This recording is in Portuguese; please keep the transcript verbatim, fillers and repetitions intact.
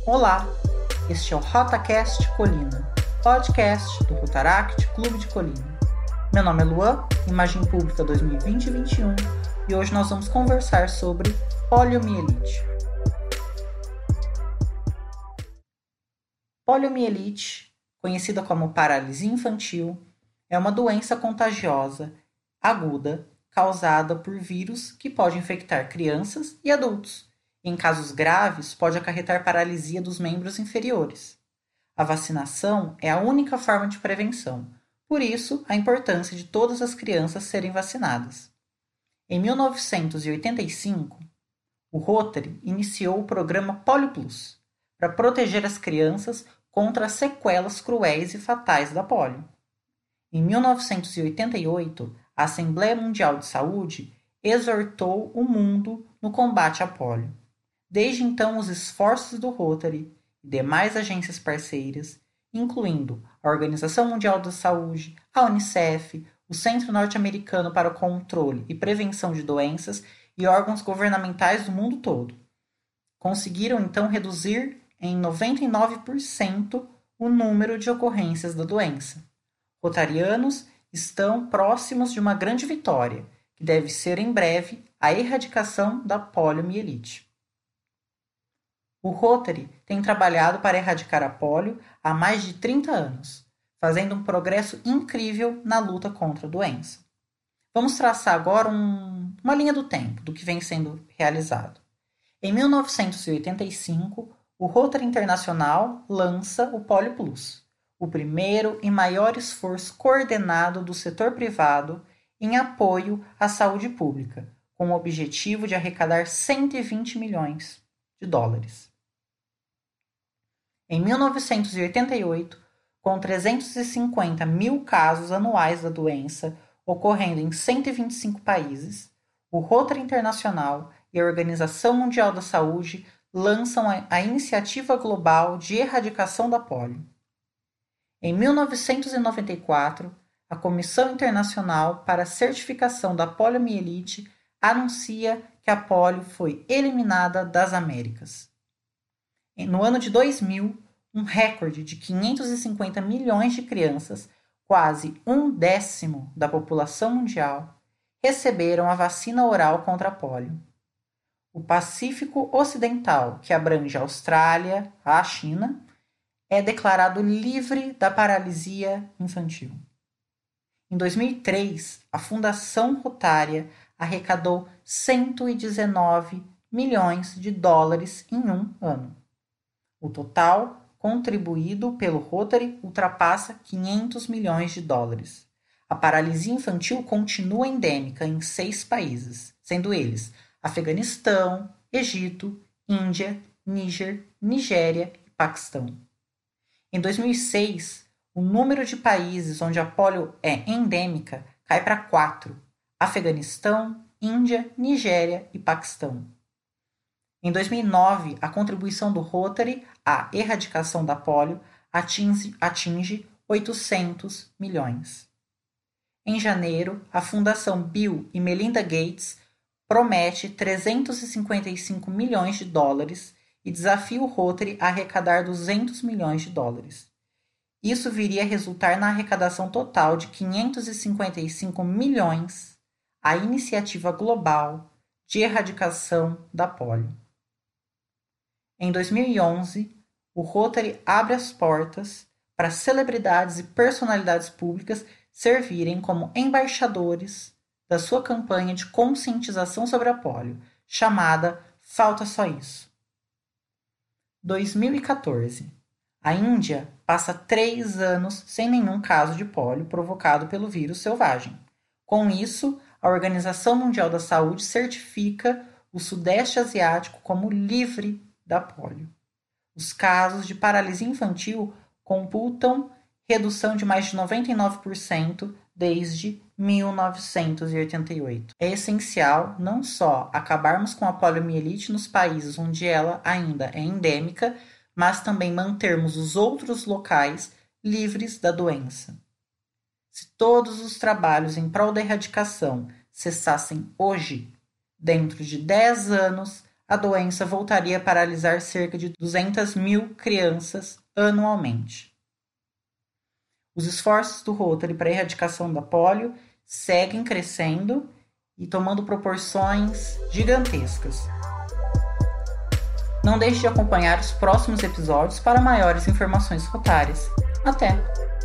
Olá, este é o RotaCast Colina, podcast do Rotaract Clube de Colina. Meu nome é Luan, Imagem Pública dois mil e vinte e vinte e um, e hoje nós vamos conversar sobre poliomielite. Poliomielite, conhecida como paralisia infantil, é uma doença contagiosa, aguda, causada por vírus que pode infectar crianças e adultos. Em casos graves, pode acarretar paralisia dos membros inferiores. A vacinação é a única forma de prevenção, por isso a importância de todas as crianças serem vacinadas. Em mil novecentos e oitenta e cinco, o Rotary iniciou o programa Polio Plus, para proteger as crianças contra as sequelas cruéis e fatais da polio. Em mil novecentos e oitenta e oito, a Assembleia Mundial de Saúde exortou o mundo no combate à polio. Desde então, os esforços do Rotary e demais agências parceiras, incluindo a Organização Mundial da Saúde, a Unicef, o Centro Norte-Americano para o Controle e Prevenção de Doenças e órgãos governamentais do mundo todo, conseguiram então reduzir em noventa e nove por cento o número de ocorrências da doença. Rotarianos estão próximos de uma grande vitória, que deve ser em breve a erradicação da poliomielite. O Rotary tem trabalhado para erradicar a polio há mais de trinta anos, fazendo um progresso incrível na luta contra a doença. Vamos traçar agora um, uma linha do tempo do que vem sendo realizado. Em mil novecentos e oitenta e cinco, o Rotary Internacional lança o Polio Plus, o primeiro e maior esforço coordenado do setor privado em apoio à saúde pública, com o objetivo de arrecadar cento e vinte milhões de dólares. Em mil novecentos e oitenta e oito, com trezentos e cinquenta mil casos anuais da doença ocorrendo em cento e vinte e cinco países, o Rotary Internacional e a Organização Mundial da Saúde lançam a Iniciativa Global de Erradicação da Polio. Em mil novecentos e noventa e quatro, a Comissão Internacional para a Certificação da Poliomielite anuncia que a polio foi eliminada das Américas. No ano de dois mil, um recorde de quinhentos e cinquenta milhões de crianças, quase um décimo da população mundial, receberam a vacina oral contra a polio. O Pacífico Ocidental, que abrange a Austrália, a China, é declarado livre da paralisia infantil. Em dois mil e três, a Fundação Rotária arrecadou cento e dezenove milhões de dólares em um ano. O total contribuído pelo Rotary ultrapassa quinhentos milhões de dólares. A paralisia infantil continua endêmica em seis países, sendo eles Afeganistão, Egito, Índia, Níger, Nigéria e Paquistão. Em dois mil e seis, o número de países onde a polio é endêmica cai para quatro: Afeganistão, Índia, Nigéria e Paquistão. Em dois mil e nove, a contribuição do Rotary à erradicação da polio atinge, atinge oitocentos milhões. Em janeiro, a Fundação Bill e Melinda Gates promete trezentos e cinquenta e cinco milhões de dólares e desafia o Rotary a arrecadar duzentos milhões de dólares. Isso viria a resultar na arrecadação total de quinhentos e cinquenta e cinco milhões à Iniciativa Global de Erradicação da Polio. Em dois mil e onze, o Rotary abre as portas para celebridades e personalidades públicas servirem como embaixadores da sua campanha de conscientização sobre a polio, chamada Falta Só Isso. dois mil e quatorze. A Índia passa três anos sem nenhum caso de polio provocado pelo vírus selvagem. Com isso, a Organização Mundial da Saúde certifica o Sudeste Asiático como livre da polio. Os casos de paralisia infantil computam redução de mais de noventa e nove por cento desde mil novecentos e oitenta e oito. É essencial não só acabarmos com a poliomielite nos países onde ela ainda é endêmica, mas também mantermos os outros locais livres da doença. Se todos os trabalhos em prol da erradicação cessassem hoje, dentro de dez anos, a doença voltaria a paralisar cerca de duzentas mil crianças anualmente. Os esforços do Rotary para a erradicação da polio seguem crescendo e tomando proporções gigantescas. Não deixe de acompanhar os próximos episódios para maiores informações rotárias. Até!